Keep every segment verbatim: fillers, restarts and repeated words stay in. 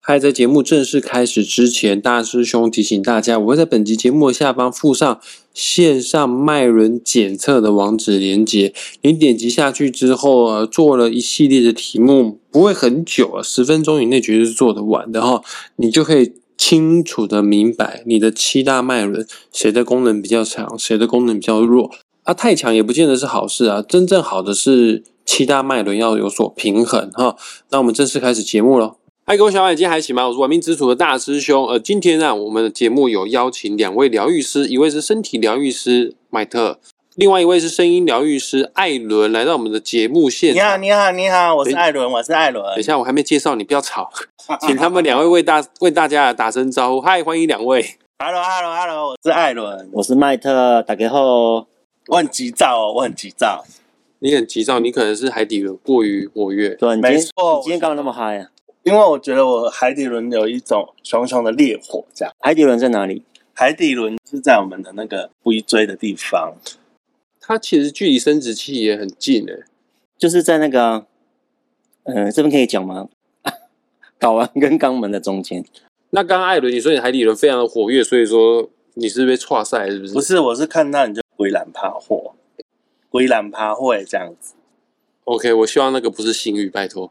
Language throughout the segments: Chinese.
嗨，在节目正式开始之前，大师兄提醒大家，我会在本集节目的下方附上线上脉轮检测的网址连结。你点击下去之后，呃，做了一系列的题目，不会很久啊，十分钟以内绝对是做得完的哈。你就可以清楚的明白你的七大脉轮谁的功能比较强，谁的功能比较弱。啊，太强也不见得是好事啊，真正好的是七大脉轮要有所平衡哈。那我们正式开始节目咯。嗨，各位小伙伴，今天还行吗？我是玩命之徒的大师兄。呃，今天呢、啊，我们的节目有邀请两位疗愈师，一位是身体疗愈师麦特，另外一位是声音疗愈师艾伦，来到我们的节目现场。 你好，你好，你好，我是艾伦，我是艾伦。 等一下，我还没介绍你，不要吵，请他们两位为大为大家打声招呼。嗨，欢迎两位。 Hello，Hello，Hello， 我是艾伦， 我是麦特，大家好。 我很急躁哦，我很急躁。 你很急躁，你可能是海底轮过于活跃。 对，你今天没错你今天干嘛那么嗨啊？ 因为我觉得我海底轮有一种熊熊的烈火，这样。 海底轮在哪里？ 海底轮是在我们的那个尾椎的地方， 它其实距离生殖器也很近诶。 就是在那个，呃，这边可以讲吗？睾丸跟肛门的中间。 那刚刚艾伦你说你海底轮非常的活跃，所以说你是被挫赛是不是？ 不是，我是看到你就鬼懒爬货，鬼懒爬会这样子。 OK， 我希望那个不是星宇，拜托。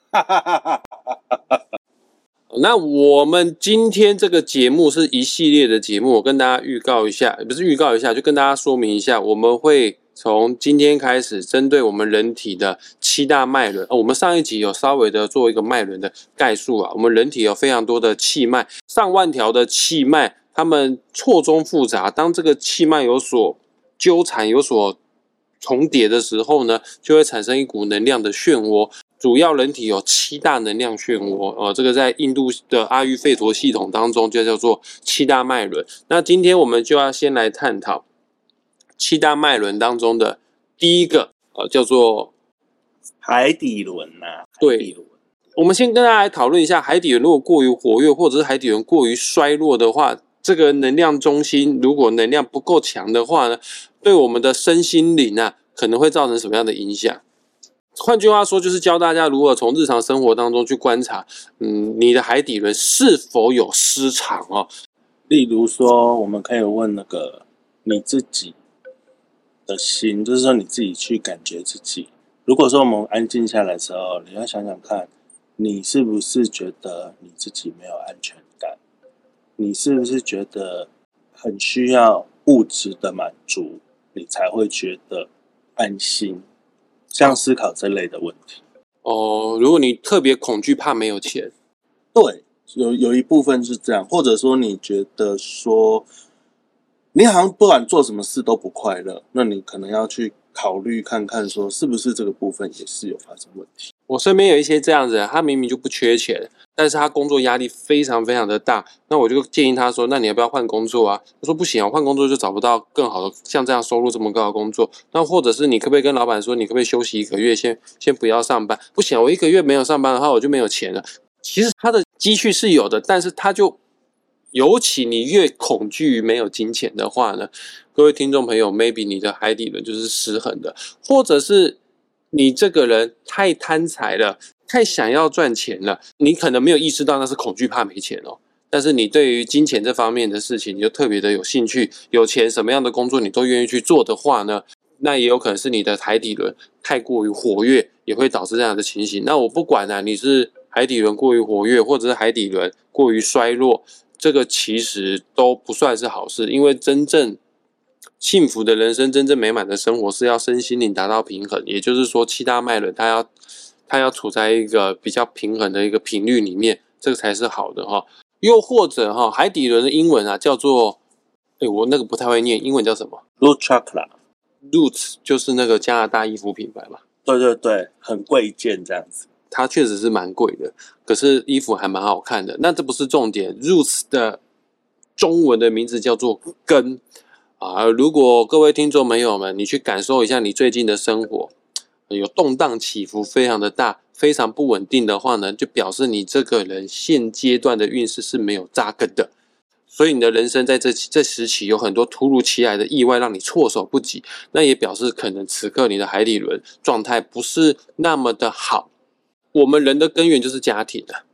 那我们今天这个节目是一系列的节目，我跟大家预告一下，不是预告一下，就跟大家说明一下，我们会从今天开始，针对我们人体的七大脉轮、哦，我们上一集有稍微的做一个脉轮的概述啊。我们人体有非常多的气脉，上万条的气脉，它们错综复杂。当这个气脉有所纠缠、有所重叠的时候呢，就会产生一股能量的漩涡。主要人体有七大能量漩涡，呃，这个在印度的阿育吠陀系统当中就叫做七大脉轮。那今天我们就要先来探讨七大脉轮当中的第一个，呃，叫做海底轮啊。 对， 海底轮。 我们先跟大家来讨论一下，海底轮如果过于活跃，或者是海底轮过于衰弱的话，这个能量中心如果能量不够强的话呢，对我们的身心灵啊，可能会造成什么样的影响？换句话说，就是教大家如何从日常生活当中去观察，嗯，你的海底轮是否有失常哦。 例如说，我们可以问那个你自己的心，就是说你自己去感觉自己。如果说我们安静下来的时候，你要想想看，你是不是觉得你自己没有安全感？你是不是觉得很需要物质的满足，你才会觉得安心？像思考这类的问题。 哦，如果你特别恐惧怕没有钱， 对，有有一部分是这样，或者说你觉得说你好像不管做什么事都不快乐，那你可能要去考虑看看说是不是这个部分也是有发生问题。 我身边有一些这样子的，他明明就不缺钱，但是他工作压力非常非常的大，那我就建议他说，那你要不要换工作啊？他说不行啊，换工作就找不到更好的像这样收入这么高的工作。那或者是你可不可以跟老板说，你可不可以休息一个月，先先不要上班？不行啊，我一个月没有上班的话，我就没有钱了。其实他的积蓄是有的，但是他就尤其你越恐惧于没有金钱的话呢，各位听众朋友 ，maybe 你的海底轮就是失衡的，或者是你这个人太贪财了，太想要赚钱了，你可能没有意识到那是恐惧怕没钱哦。但是你对于金钱这方面的事情，你就特别的有兴趣，有钱什么样的工作你都愿意去做的话呢，那也有可能是你的海底轮太过于活跃，也会导致这样的情形。那我不管啊，你是海底轮过于活跃，或者是海底轮过于衰弱，这个其实都不算是好事，因为真正幸福的人生，真正美满的生活是要身心灵达到平衡，也就是说七大脉轮它要它要处在一个比较平衡的一个频率里面，这个才是好的哈。又或者哈，海底轮的英文啊叫做，哎，我那个不太会念，英文叫什么 Root chakra， Roots 就是那个加拿大衣服品牌嘛。 对对对，很贵贱这样子。 它确实是蛮贵的，可是衣服还蛮好看的。那这不是重点 ，Roots 的中文的名字叫做根啊。如果各位听众朋友们，你去感受一下你最近的生活，有动荡起伏非常的大，非常不稳定的话呢，就表示你这个人现阶段的运势是没有扎根的。所以你的人生在这这时期有很多突如其来的意外，让你措手不及。那也表示可能此刻你的海底轮状态不是那么的好。我们人的根源就是家庭啊，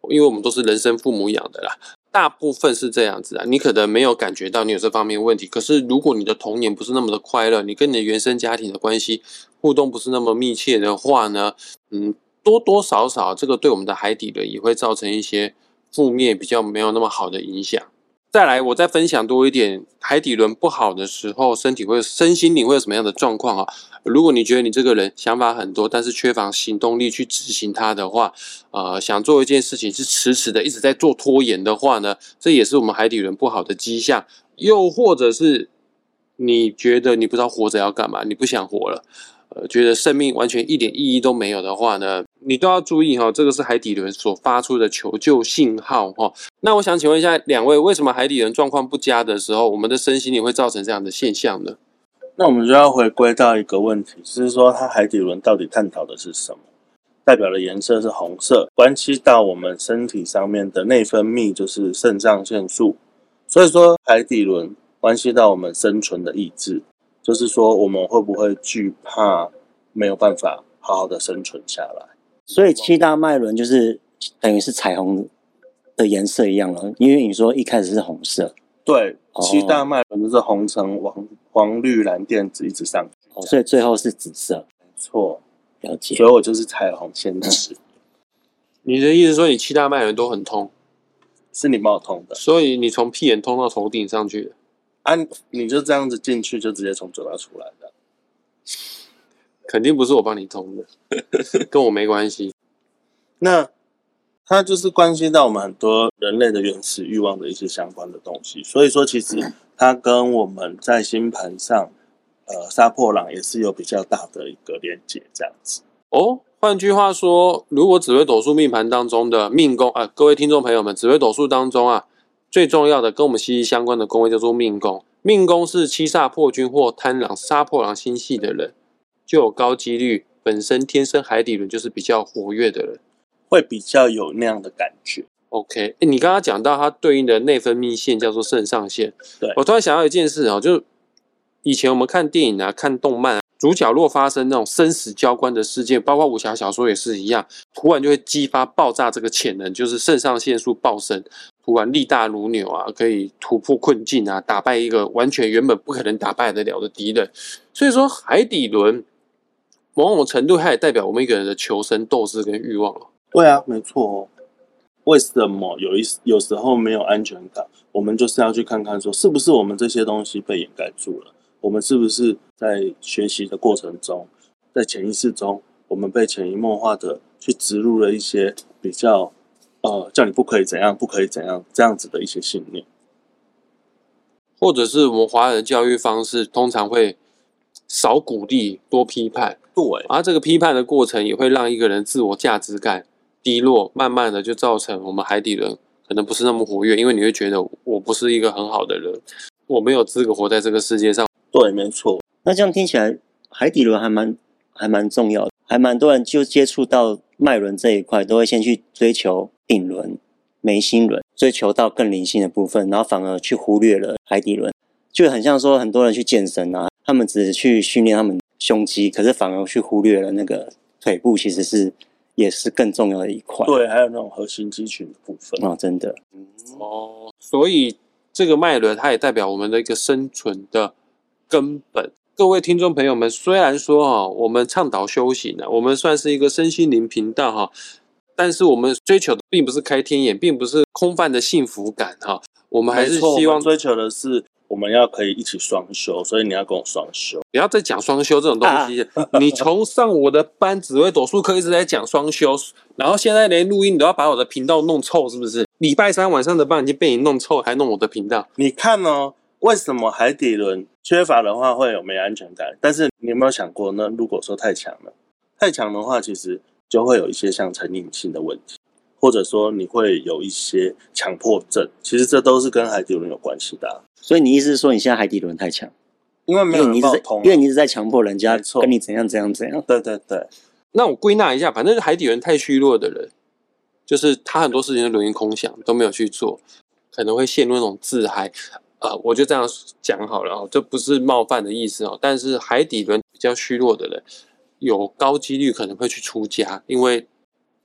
因为我们都是人生父母养的啦，大部分是这样子啊。你可能没有感觉到你有这方面问题，可是如果你的童年不是那么的快乐，你跟你的原生家庭的关系互动不是那么密切的话呢，嗯，多多少少这个对我们的海底轮也会造成一些负面比较没有那么好的影响。再来，我再分享多一点，海底轮不好的时候，身体会身心灵会有什么样的状况啊？如果你觉得你这个人想法很多，但是缺乏行动力去执行它的话，呃，想做一件事情是迟迟的，一直在做拖延的话呢，这也是我们海底轮不好的迹象。又或者是你觉得你不知道活着要干嘛，你不想活了，呃，觉得生命完全一点意义都没有的话呢，你都要注意哈，这个是海底轮所发出的求救信号哈。那我想请问一下两位，为什么海底轮状况不佳的时候，我们的身心灵会造成这样的现象呢？ 那我们就要回归到一个问题，就是说它海底轮到底探讨的是什么？代表的颜色是红色，关系到我们身体上面的内分泌，就是肾上腺素。所以说海底轮关系到我们生存的意志，就是说我们会不会惧怕没有办法好好的生存下来。 所以七大脉轮就是等于是彩虹的颜色一样了，因为你说一开始是红色。 对， 哦、 七大脉轮就是红橙黄黄绿蓝靛紫一直上去， 哦，所以最后是紫色。 没错， 了解。 所以我就是彩虹先知。 你的意思说你七大脉轮都很通， 是你帮我通的， 所以你从屁眼通到头顶上去的啊？你就这样子进去，就直接从嘴巴出来的， 肯定不是我帮你通的，跟我没关系。 那它就是关系到我们很多人类的原始欲望的一些相关的东西，所以说其实它跟我们在星盘上，呃，杀破狼也是有比较大的一个连结，这样子。 哦，换句话说，如果紫微斗数命盘当中的命宫啊，各位听众朋友们，紫微斗数当中啊，最重要的跟我们息息相关的宫位叫做命宫。命宫是七煞破军或贪狼、杀破狼星系的人，就有高几率本身天生海底轮就是比较活跃的人。 会比较有那样的感觉。 OK， 你刚刚讲到它对应的内分泌腺叫做肾上腺， 对， 我突然想到一件事哦，就以前我们看电影啊、看动漫啊，主角若发生那种生死交关的事件，包括武侠小说也是一样，突然就会激发爆炸这个潜能，就是肾上腺素爆升，突然力大如牛啊，可以突破困境啊，打败一个完全原本不可能打败得了的敌人。所以说，海底轮某种程度它也代表我们一个人的求生斗志跟欲望了。 对啊，没错哦。为什么有一有时候没有安全感？我们就是要去看看说，是不是我们这些东西被掩盖住了？我们是不是在学习的过程中，在潜意识中，我们被潜移默化的去植入了一些比较呃，叫你不可以怎样，不可以怎样这样子的一些信念， 或者是我们华人的教育方式通常会少鼓励，多批判。 对， 而这个批判的过程也会让一个人自我价值感低落，慢慢的就造成我们海底轮可能不是那么活跃，因为你会觉得我不是一个很好的人，我没有资格活在这个世界上。 对，没错。 那这样听起来，海底轮还蛮还蛮重要的，还蛮多人就接触到脉轮这一块，都会先去追求顶轮、眉心轮，追求到更灵性的部分，然后反而去忽略了海底轮，就很像说很多人去健身啊，他们只是去训练他们胸肌，可是反而去忽略了那个腿部，其实是也是更重要的一块。 对，还有那种核心肌群的部分。 哦，真的。 哦，所以这个脉轮它也代表我们的一个生存的根本。各位听众朋友们，虽然说哈、哦，我们倡导修行呢、啊，我们算是一个身心灵频道哈、啊，但是我们追求的并不是开天眼，并不是空泛的幸福感哈、啊，我们还是希望追求的是我们要可以一起双修，所以你要跟我双修。 不要再讲双修这种东西。啊、你从上我的班紫微斗数课一直在讲双修，然后现在连录音你都要把我的频道弄臭，是不是？礼拜三晚上的班已经被你弄臭，还弄我的频道。 你看哦，为什么海底轮缺乏的话会有没安全感？但是你有没有想过呢？如果说太强了，太强的话，其实就会有一些像成瘾性的问题，或者说你会有一些强迫症，其实这都是跟海底轮有关系的、啊。 所以你意思是说，你现在海底轮太强？ 因为没有人帮通、啊， 因为你一直在强迫人家跟你怎样怎样怎样。 对对对。 那我归纳一下，反正海底轮太虚弱的人，就是他很多事情都流于空想，都没有去做，可能会陷入那种自嗨。呃，我就这样讲好了哦，这不是冒犯的意思哦。但是海底轮比较虚弱的人，有高几率可能会去出家，因为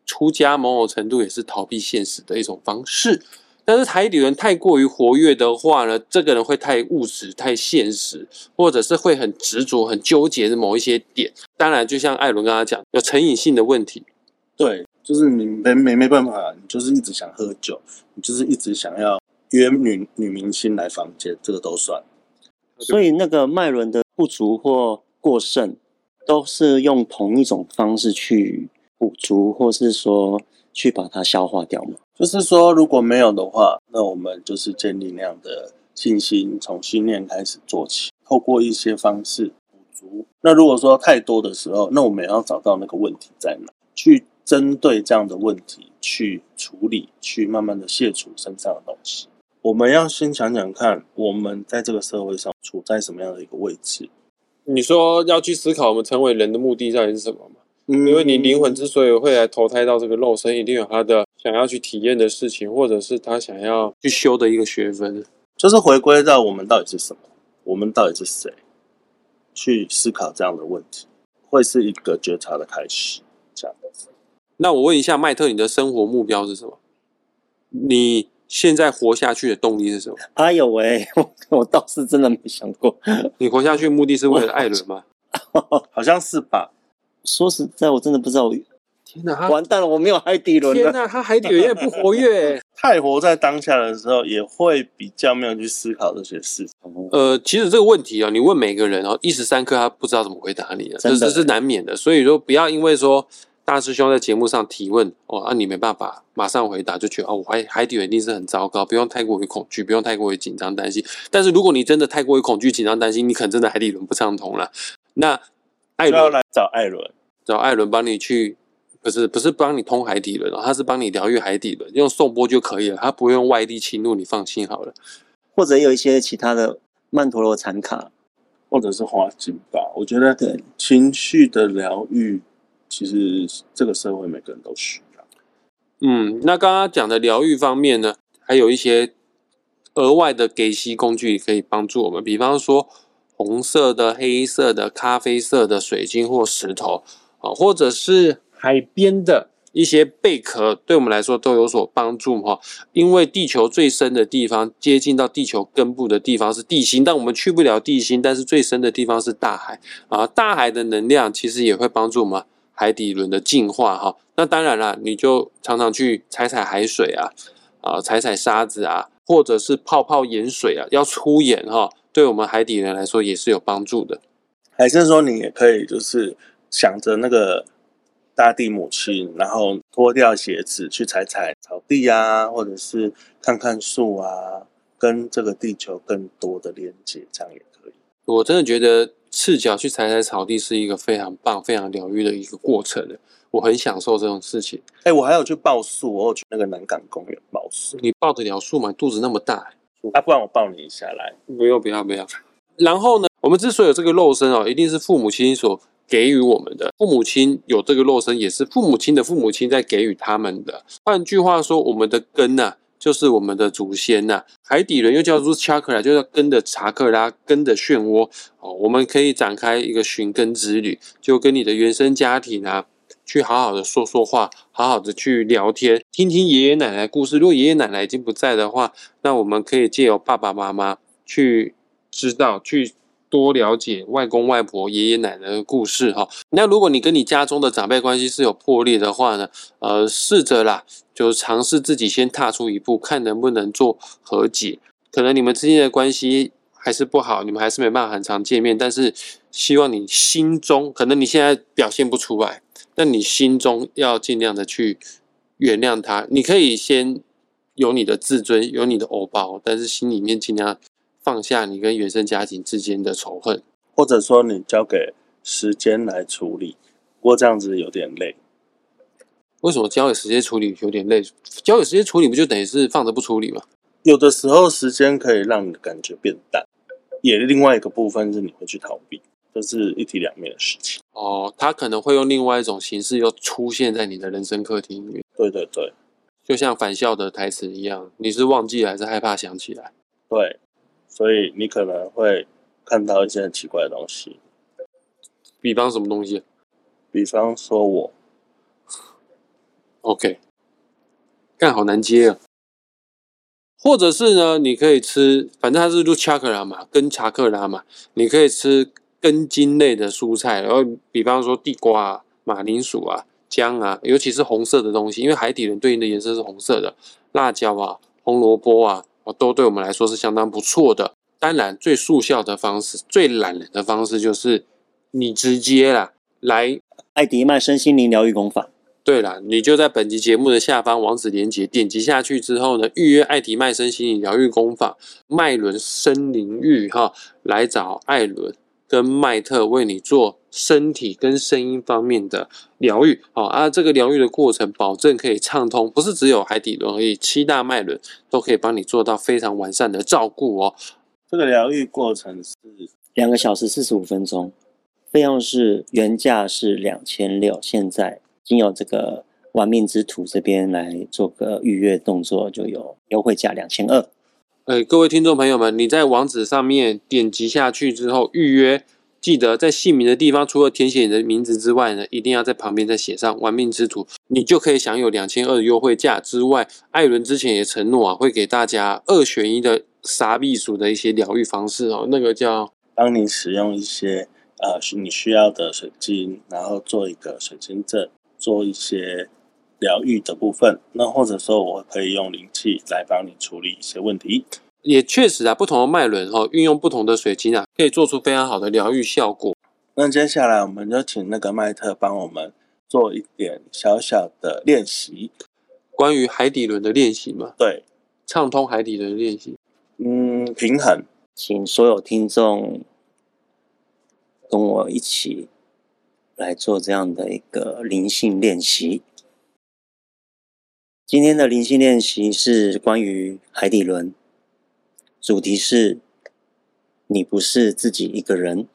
出家某种程度也是逃避现实的一种方式。但是海底轮太过于活跃的话呢，这个人会太务实、太现实，或者是会很执着、很纠结的某一些点。当然，就像艾伦刚才讲，有成瘾性的问题。 对，就是你没没没办法，你就是一直想喝酒，你就是一直想要约女女明星来房间，这个都算。 所以那个脉轮的不足或过剩，都是用同一种方式去补足，或是说去把它消化掉吗？ 就是说，如果没有的话，那我们就是建立那样的信心，从训练开始做起，透过一些方式补足。那如果说太多的时候，那我们也要找到那个问题在哪，去针对这样的问题去处理，去慢慢的卸除身上的东西。我们要先想想看，我们在这个社会上处在什么样的一个位置。 你说要去思考我们成为人的目的到底是什么吗？ 嗯， 因为你灵魂之所以会来投胎到这个肉身，一定有他的想要去体验的事情，或者是他想要去修的一个学分， 就是回归到我们到底是什么，我们到底是谁，去思考这样的问题，会是一个觉察的开始。这样子。 那我问一下麦特，你的生活目标是什么？你现在活下去的动力是什么？ 哎呦喂，我我倒是真的没想过。 你活下去的目的是为了艾伦吗？ 好像是吧。 说实在，我真的不知道。 天哪， 完蛋了，我没有海底轮了。 天哪，他海底轮也不活跃。 太活在当下的时候，也会比较没有去思考这些事情。 呃，其实这个问题啊，你问每个人哦，一时三刻他不知道怎么回答你啊，这这是难免的。所以说，不要因为说大师兄在节目上提问哦，啊你没办法马上回答，就觉得哦，我海海底轮一定是很糟糕，不用太过于恐惧，不用太过于紧张担心。但是如果你真的太过于恐惧、紧张担心，你可能真的海底轮不畅通了。那艾伦就要来找艾伦， 找艾伦帮你去。不是不是帮你通海底轮哦，他是帮你疗愈海底轮，用颂钵就可以了，他不会用外力侵入，你放心好了。 或者有一些其他的曼陀罗禅卡， 或者是花精吧。我觉得情绪的疗愈，其实这个社会每个人都需要。 嗯，那刚刚讲的疗愈方面呢，还有一些额外的给息工具可以帮助我们，比方说红色的、黑色的、咖啡色的水晶或石头啊，或者是海边的一些贝壳，对我们来说都有所帮助哈。因为地球最深的地方，接近到地球根部的地方是地心，但我们去不了地心，但是最深的地方是大海啊。大海的能量其实也会帮助我们海底轮的净化哈。那当然啦，你就常常去踩踩海水啊，啊踩踩沙子啊，或者是泡泡盐水啊，要出盐哈，对我们海底轮来说也是有帮助的。 还是说你也可以就是想着那个大地母亲，然后脱掉鞋子去踩踩草地啊，或者是看看树啊，跟这个地球更多的连接，这样也可以。 我真的觉得赤脚去踩踩草地是一个非常棒、非常疗愈的一个过程的，我很享受这种事情。 哎、欸，我还有去抱树，我有去那个南港公园抱树。 你抱得了树吗？肚子那么大、 欸，啊，不然我抱你一下来。 不用不要不要。然后呢，我们之所以有这个肉身哦，一定是父母亲所给予我们的。父母亲有这个肉身，也是父母亲的父母亲在给予他们的。换句话说，我们的根呐、啊，就是我们的祖先呐、啊。海底轮又叫做 chakra， 就叫根的查克拉，根的漩涡。哦，我们可以展开一个寻根之旅，就跟你的原生家庭啊，去好好的说说话，好好的去聊天，听听爷爷奶奶的故事。如果爷爷奶奶已经不在的话，那我们可以借由爸爸妈妈去知道，去多了解外公外婆、爷爷奶奶的故事哈。那如果你跟你家中的长辈关系是有破裂的话呢，呃，试着啦，就尝试自己先踏出一步，看能不能做和解。可能你们之间的关系还是不好，你们还是没办法很常见面，但是希望你心中，可能你现在表现不出来，但你心中要尽量的去原谅他。你可以先有你的自尊，有你的偶包，但是心里面尽量放下你跟原生家庭之间的仇恨， 或者说你交给时间来处理。不过这样子有点累。 为什么交给时间处理有点累？交给时间处理不就等于是放着不处理吗？ 有的时候时间可以让你的感觉变淡，也另外一个部分是你会去逃避，这是一体两面的事情。 哦，他可能会用另外一种形式又出现在你的人生课题里面。 对对对， 就像返校的台词一样，你是忘记了还是害怕想起来？ 对，所以你可能会看到一些很奇怪的东西。 比方什么东西？ 比方说我 OK， 干好难接啊。或者是呢，你可以吃，反正它是露恰克拉嘛，根查克拉嘛，你可以吃根茎类的蔬菜，然后比方说地瓜啊、马铃薯啊、姜啊，尤其是红色的东西，因为海底轮对应的颜色是红色的，辣椒啊、红萝卜啊，都对我们来说是相当不错的。当然，最速效的方式、最懒人的方式就是你直接啦来艾迪麦身心灵疗愈工法。 对啦，你就在本集节目的下方网址连结点击下去之后呢，预约艾迪麦身心灵疗愈工坊麦伦森林浴哈，来找艾伦跟麦特为你做身体跟声音方面的疗愈。好啊，这个疗愈的过程保证可以畅通，不是只有海底轮而已，七大脉轮都可以帮你做到非常完善的照顾哦。 这个疗愈过程是两个小时四十五分钟，费用是原价是两千六，现在经由这个玩命之徒这边来做个预约动作，就有优惠价两千二。 哎，各位听众朋友们，你在网址上面点击下去之后预约，记得在姓名的地方，除了填写你的名字之外呢，一定要在旁边再写上玩命之徒，你就可以享有两千二的优惠价之外，艾伦之前也承诺啊，会给大家二选一的傻避暑的一些疗愈方式哦，那个叫帮你使用一些呃你需要的水晶，然后做一个水晶阵，做一些疗愈的部分。那或者说我可以用灵气来帮你处理一些问题。 也确实啊，不同的脉轮哈、哦，运用不同的水晶啊，可以做出非常好的疗愈效果。 那接下来我们就请那个麦特帮我们做一点小小的练习， 关于海底轮的练习嘛， 对， 畅通海底轮的练习。 嗯，平衡。 请所有听众跟我一起来做这样的一个灵性练习。今天的灵性练习是关于海底轮，主题是你不是自己一个人。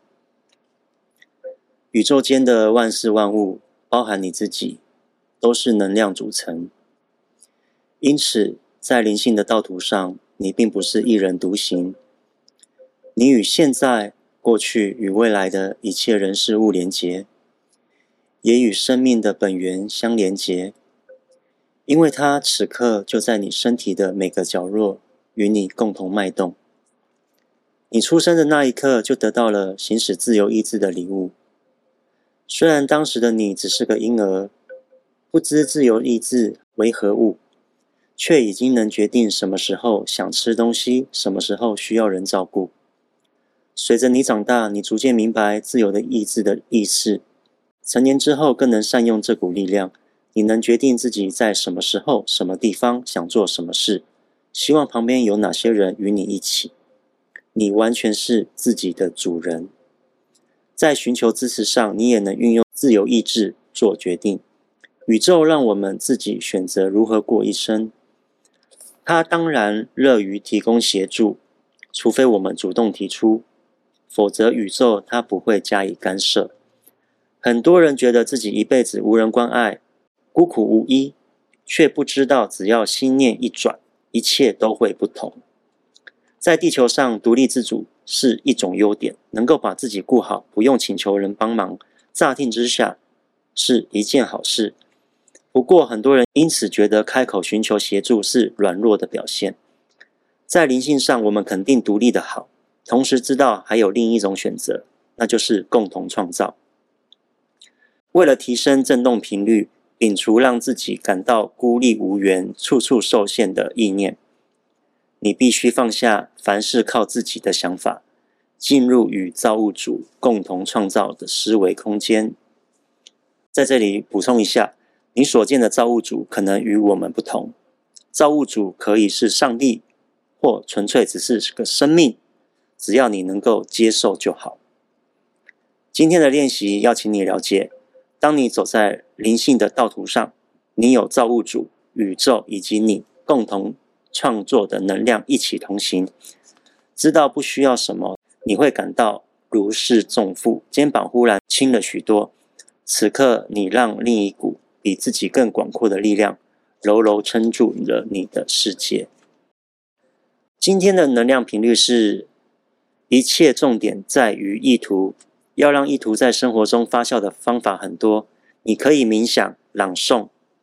宇宙间的万事万物，包含你自己，都是能量组成。因此，在灵性的道途上，你并不是一人独行。你与现在、过去与未来的一切人事物连结，也与生命的本源相连结，因为它此刻就在你身体的每个角落，与你共同脉动。你出生的那一刻，就得到了行使自由意志的礼物。虽然当时的你只是个婴儿，不知自由意志为何物，却已经能决定什么时候想吃东西，什么时候需要人照顾。随着你长大，你逐渐明白自由的意志的意识。成年之后，更能善用这股力量。你能决定自己在什么时候、什么地方想做什么事，希望旁边有哪些人与你一起。你完全是自己的主人。在寻求支持上，你也能运用自由意志做决定。宇宙让我们自己选择如何过一生。它当然乐于提供协助，除非我们主动提出。否则宇宙它不会加以干涉。很多人觉得自己一辈子无人关爱，孤苦无依，却不知道只要心念一转，一切都会不同。在地球上，独立自主是一种优点，能够把自己顾好，不用请求人帮忙，乍听之下是一件好事。不过很多人因此觉得开口寻求协助是软弱的表现。在灵性上，我们肯定独立的好，同时知道还有另一种选择，那就是共同创造。为了提升振动频率，摒除让自己感到孤立无援、处处受限的意念，你必须放下凡事靠自己的想法，进入与造物主共同创造的思维空间。在这里补充一下，你所见的造物主可能与我们不同。造物主可以是上帝，或纯粹只是个生命，只要你能够接受就好。今天的练习要请你了解，当你走在灵性的道途上，你有造物主、宇宙以及你共同创作的能量一起同行。知道不需要什么，你会感到如释重负，肩膀忽然轻了许多。此刻你让另一股比自己更广阔的力量牢牢撑住了你的世界。今天的能量频率是一切重点在于意图。要让意图在生活中发酵的方法很多，你可以冥想、朗诵、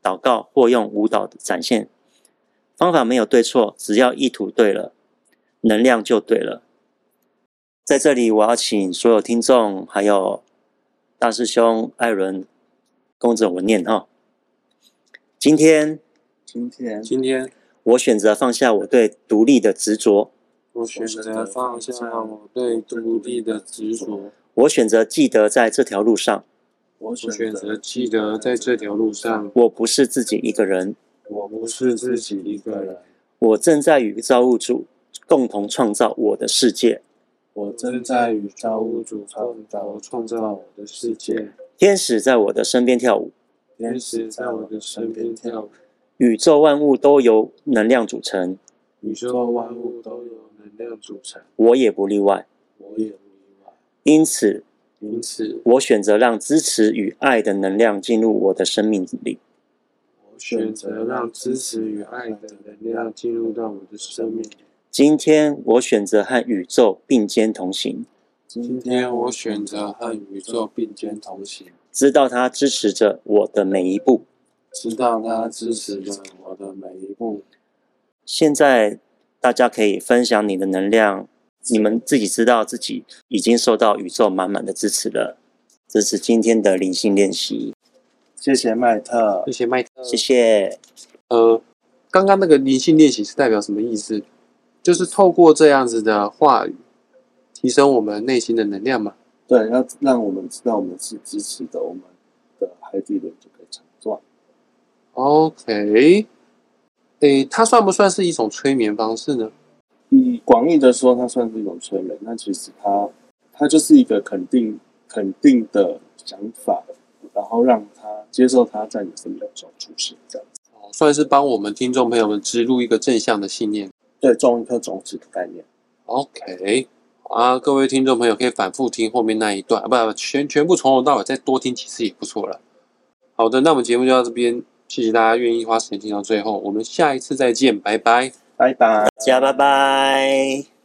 祷告或用舞蹈的展现。方法没有对错，只要意图对了，能量就对了。在这里，我要请所有听众还有大师兄艾伦跟着我念哈。今天， 今天， 今天我选择放下我对独立的执着， 我选择放下我对独立的执着， 我选择记得在这条路上， 我我选择记得在这条路上， 我不是自己一个人， 我不是自己一个人， 我正在与造物主共同创造我的世界。 我正在与造物主创造创造我的世界。 天使在我的身边跳舞， 天使在我的身边跳舞， 宇宙万物都由能量组成， 宇宙万物都有能量组成， 我也不例外。 我也不例外。 因此， 因此， 我选择让支持与爱的能量进入我的生命里。 我选择让支持与爱的能量进入到我的生命里。 今天，我选择和宇宙并肩同行， 今天我选择和宇宙并肩同行， 知道它支持着我的每一步。 知道它支持着我的每一步。 现在，大家可以分享你的能量，你们自己知道自己已经受到宇宙满满的支持了。这是今天的灵性练习， 谢谢麦特， 谢谢麦特， 谢谢。 呃，刚刚那个灵性练习是代表什么意思？就是透过这样子的话语，提升我们内心的能量嘛。 对，要让我们知道我们是支持的，我们的海底轮就可以强壮。 OK， 诶，它算不算是一种催眠方式呢？ 以广义的说，它算是一种催眠，但其实它它就是一个肯定肯定的想法，然后让它接受它在你生命中出现，这样子。 哦，算是帮我们听众朋友们植入一个正向的信念。 对，种一颗种子的概念。 OK， 啊，各位听众朋友可以反复听后面那一段，啊、不不，全全部从头到尾再多听几次也不错了。好的，那我们节目就到这边，谢谢大家愿意花时间听到最后，我们下一次再见，拜拜， 拜拜， 大家拜拜。